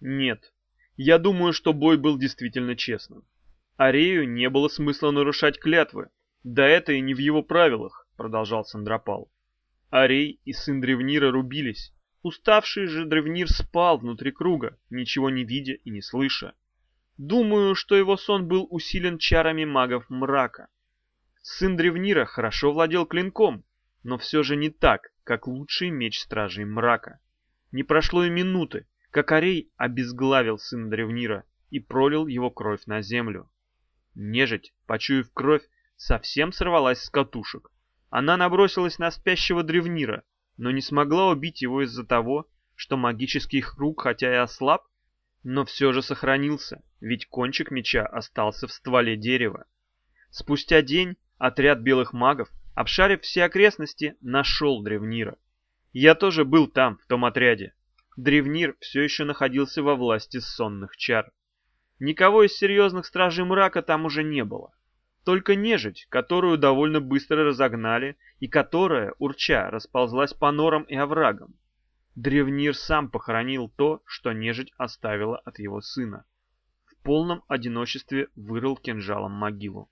Нет, я думаю, что бой был действительно честным. Арею не было смысла нарушать клятвы. Да это и не в его правилах, продолжал Сандропал. Арей и сын Древнира рубились. Уставший же Древнир спал внутри круга, ничего не видя и не слыша. Думаю, что его сон был усилен чарами магов мрака. Сын Древнира хорошо владел клинком, но все же не так, как лучший меч стражей мрака. Не прошло и минуты, как Арей обезглавил сына Древнира и пролил его кровь на землю. Нежить, почуяв кровь, совсем сорвалась с катушек. Она набросилась на спящего Древнира, но не смогла убить его из-за того, что магический круг, хотя и ослаб, но все же сохранился, ведь кончик меча остался в стволе дерева. Спустя день отряд белых магов, обшарив все окрестности, нашел Древнира. Я тоже был там, в том отряде. Древнир все еще находился во власти сонных чар. Никого из серьезных стражей мрака там уже не было. Только нежить, которую довольно быстро разогнали и которая, урча, расползлась по норам и оврагам. Древнир сам похоронил то, что нежить оставила от его сына. В полном одиночестве вырыл кинжалом могилу.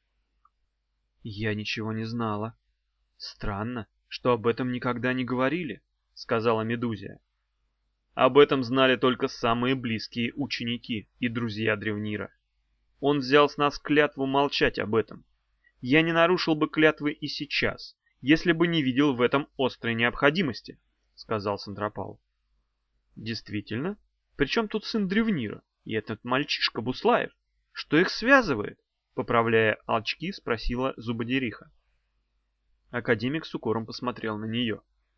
«Я ничего не знала. Странно, что об этом никогда не говорили», — сказала Медузия. Об этом знали только самые близкие ученики и друзья Древнира. Он взял с нас клятву молчать об этом. Я не нарушил бы клятвы и сейчас, если бы не видел в этом острой необходимости, — сказал Сандропал. Действительно? Причем тут сын Древнира и этот мальчишка Буслаев? Что их связывает? Поправляя очки, спросила Зубодериха. Академик с укором посмотрел на нее.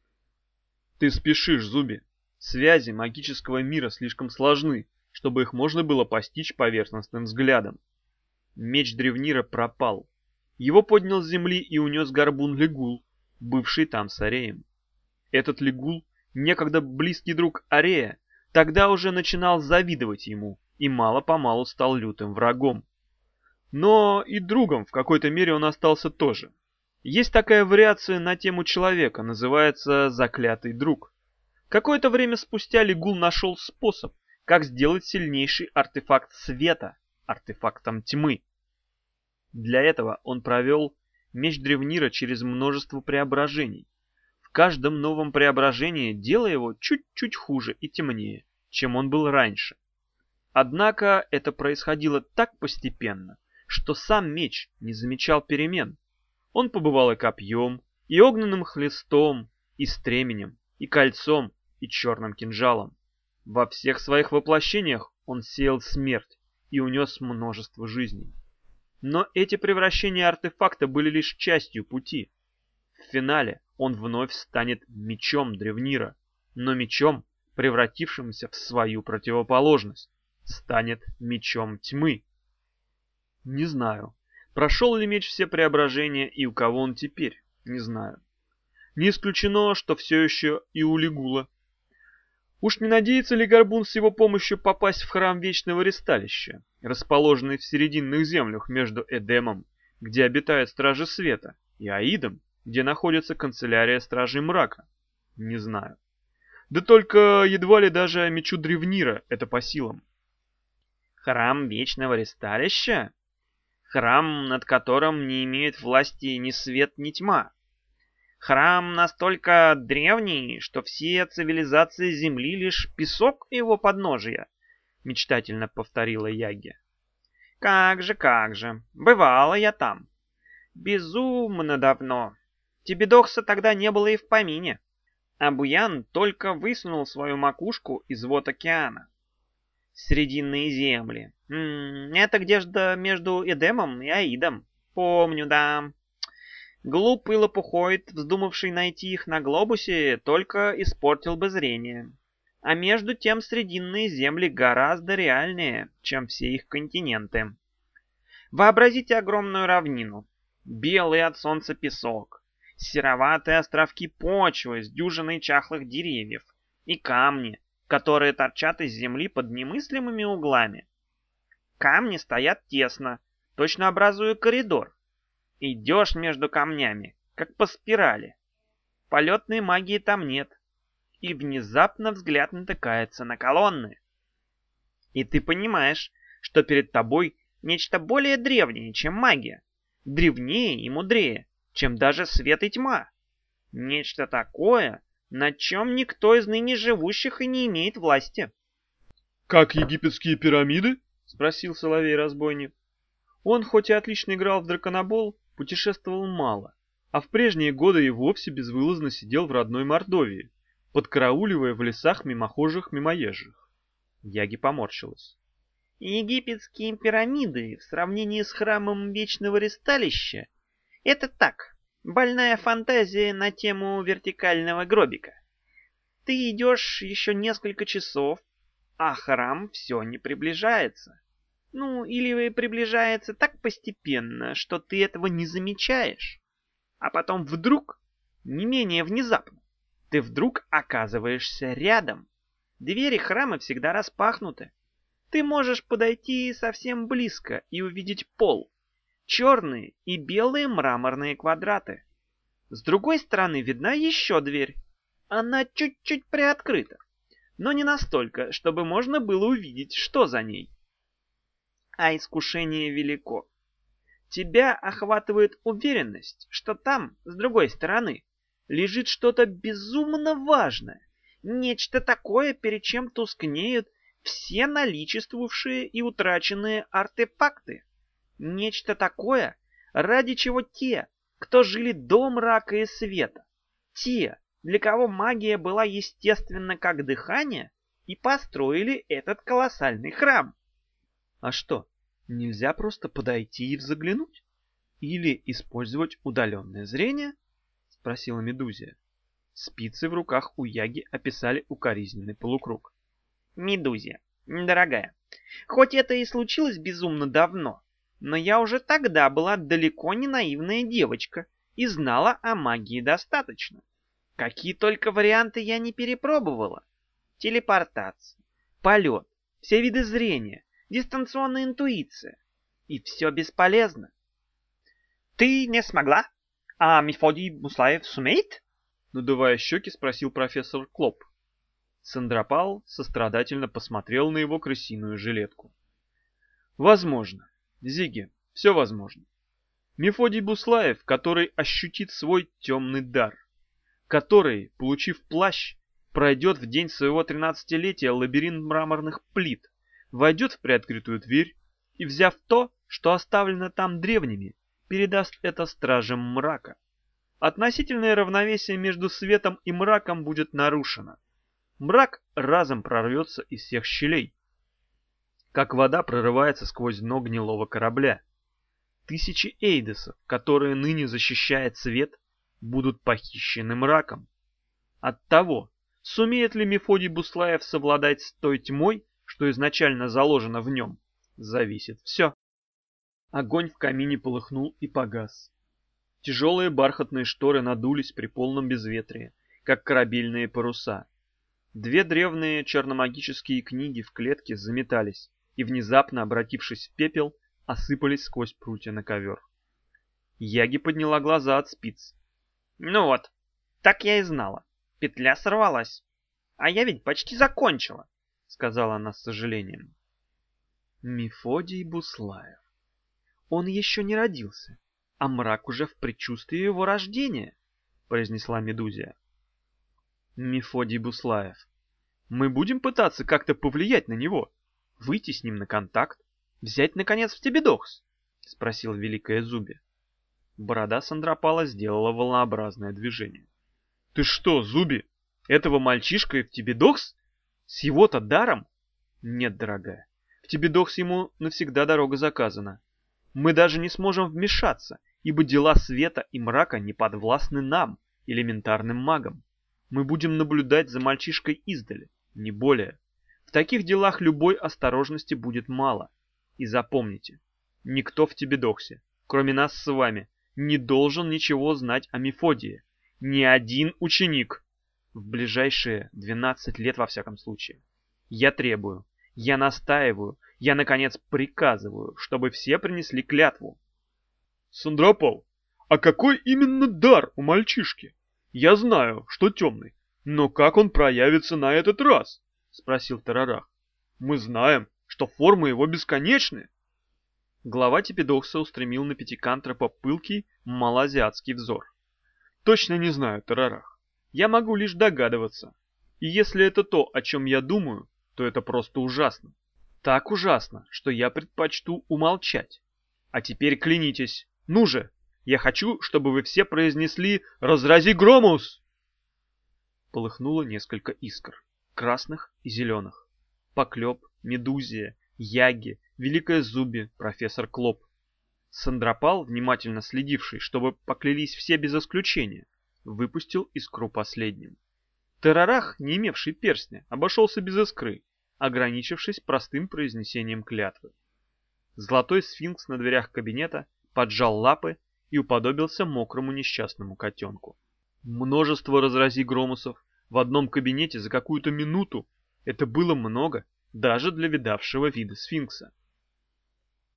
Ты спешишь, Зуби. Связи магического мира слишком сложны, чтобы их можно было постичь поверхностным взглядом. Меч Древнира пропал. Его поднял с земли и унес горбун Легул, бывший там с Ареем. Этот Легул, некогда близкий друг Арея, тогда уже начинал завидовать ему и мало-помалу стал лютым врагом. Но и другом в какой-то мере он остался тоже. Есть такая вариация на тему человека, называется «заклятый друг». Какое-то время спустя Легул нашел способ, как сделать сильнейший артефакт света артефактом тьмы. Для этого он провел меч Древнира через множество преображений. В каждом новом преображении делая его чуть-чуть хуже и темнее, чем он был раньше. Однако это происходило так постепенно, что сам меч не замечал перемен. Он побывал и копьем, и огненным хлыстом, и стременем, и кольцом, и черным кинжалом. Во всех своих воплощениях он сеял смерть и унес множество жизней. Но эти превращения артефакта были лишь частью пути. В финале он вновь станет мечом Древнира, но мечом, превратившимся в свою противоположность, станет мечом тьмы. Не знаю, прошел ли меч все преображения и у кого он теперь, не знаю. Не исключено, что все еще и у Легула. Уж не надеется ли Горбун с его помощью попасть в храм Вечного Ресталища, расположенный в серединных землях между Эдемом, где обитают Стражи Света, и Аидом, где находится канцелярия Стражей Мрака? Не знаю. Да только едва ли даже мечу Древнира это по силам. Храм Вечного Ресталища? Храм, над которым не имеет власти ни свет, ни тьма. Храм настолько древний, что все цивилизации Земли лишь песок его подножия, мечтательно повторила Яги. Как же, бывала я там. Безумно давно. Тебедокса тогда не было и в помине. А Буян только высунул свою макушку из вод океана. Срединные земли. Это где-то между Эдемом и Аидом. Помню, да. Глупый лопухоид, вздумавший найти их на глобусе, только испортил бы зрение. А между тем срединные земли гораздо реальнее, чем все их континенты. Вообразите огромную равнину. Белый от солнца песок, сероватые островки почвы с дюжиной чахлых деревьев и камни, которые торчат из земли под немыслимыми углами. Камни стоят тесно, точно образуя коридор. Идешь между камнями, как по спирали. Полетной магии там нет. И внезапно взгляд натыкается на колонны. И ты понимаешь, что перед тобой нечто более древнее, чем магия. Древнее и мудрее, чем даже свет и тьма. Нечто такое, над чем никто из ныне живущих и не имеет власти. «Как египетские пирамиды?» — спросил Соловей-разбойник. Он, хоть и отлично играл в драконобол, путешествовал мало, а в прежние годы и вовсе безвылазно сидел в родной Мордовии, подкарауливая в лесах мимохожих мимоезжих. Яги поморщилась. Египетские пирамиды в сравнении с храмом Вечного Ристалища — это так, больная фантазия на тему вертикального гробика. Ты идешь еще несколько часов, а храм все не приближается. Ну, или приближается так постепенно, что ты этого не замечаешь. А потом вдруг, не менее внезапно, ты вдруг оказываешься рядом. Двери храма всегда распахнуты. Ты можешь подойти совсем близко и увидеть пол. Черные и белые мраморные квадраты. С другой стороны видна еще дверь. Она чуть-чуть приоткрыта, но не настолько, чтобы можно было увидеть, что за ней. А искушение велико. Тебя охватывает уверенность, что там, с другой стороны, лежит что-то безумно важное, нечто такое, перед чем тускнеют все наличествовавшие и утраченные артефакты. Нечто такое, ради чего те, кто жили до мрака и света, те, для кого магия была естественна как дыхание, и построили этот колоссальный храм. А что, нельзя просто подойти и заглянуть? Или использовать удаленное зрение? Спросила Медузия. Спицы в руках у Яги описали укоризненный полукруг. Медузия, дорогая, хоть это и случилось безумно давно, но я уже тогда была далеко не наивная девочка и знала о магии достаточно. Какие только варианты я не перепробовала. Телепортация, полет, все виды зрения, дистанционная интуиция. И все бесполезно. Ты не смогла? А Мефодий Буслаев сумеет? Надувая щеки, спросил профессор Клоп. Сандропал сострадательно посмотрел на его крысиную жилетку. Возможно. Зиги, все возможно. Мефодий Буслаев, который ощутит свой темный дар, который, получив плащ, пройдет в день своего 13-летия лабиринт мраморных плит, войдет в приоткрытую дверь и, взяв то, что оставлено там древними, передаст это стражам мрака. Относительное равновесие между светом и мраком будет нарушено. Мрак разом прорвется из всех щелей, как вода прорывается сквозь дно гнилого корабля. Тысячи эйдесов, которые ныне защищает свет, будут похищены мраком. Оттого, сумеет ли Мефодий Буслаев совладать с той тьмой, что изначально заложено в нем, зависит все. Огонь в камине полыхнул и погас. Тяжелые бархатные шторы надулись при полном безветрии, как корабельные паруса. Две древние черномагические книги в клетке заметались и, внезапно обратившись в пепел, осыпались сквозь прутья на ковер. Яги подняла глаза от спиц. Ну вот, так я и знала. Петля сорвалась. А я ведь почти закончила, сказала она с сожалением. Мефодий Буслаев. Он еще не родился, а мрак уже в предчувствии его рождения, произнесла Медузия. Мефодий Буслаев. Мы будем пытаться как-то повлиять на него, выйти с ним на контакт, взять, наконец, в Тебедокс? Спросил Великая Зуби. Борода Сандропала сделала волнообразное движение. Ты что, Зуби, этого мальчишка и в Тебедокс? С его-то даром? Нет, дорогая, в Тебедокс ему навсегда дорога заказана. Мы даже не сможем вмешаться, ибо дела света и мрака не подвластны нам, элементарным магам. Мы будем наблюдать за мальчишкой издали, не более. В таких делах любой осторожности будет мало. И запомните, никто в Тебедоксе, кроме нас с вами, не должен ничего знать о Мефодии. Ни один ученик. В ближайшие 12 лет во всяком случае. Я требую, я настаиваю, я, наконец, приказываю, чтобы все принесли клятву. Сандропол, а какой именно дар у мальчишки? Я знаю, что темный, но как он проявится на этот раз? Спросил Тарарах. Мы знаем, что формы его бесконечны. Глава Тепидокса устремил на Пятикантропа пылкий малоазиатский взор. Точно не знаю, Тарарах. Я могу лишь догадываться. И если это то, о чем я думаю, то это просто ужасно. Так ужасно, что я предпочту умолчать. А теперь клянитесь. Ну же, я хочу, чтобы вы все произнесли «Разрази Громус!». Полыхнуло несколько искр, красных и зеленых. Поклеп, Медузия, Яги, Великая Зуби, профессор Клоп. Сандропал, внимательно следивший, чтобы поклялись все без исключения, выпустил искру последним. Тарарах, не имевший перстня, обошелся без искры, ограничившись простым произнесением клятвы. Золотой сфинкс на дверях кабинета поджал лапы и уподобился мокрому несчастному котенку. Множество разрази громусов в одном кабинете за какую-то минуту — это было много, даже для видавшего вида сфинкса.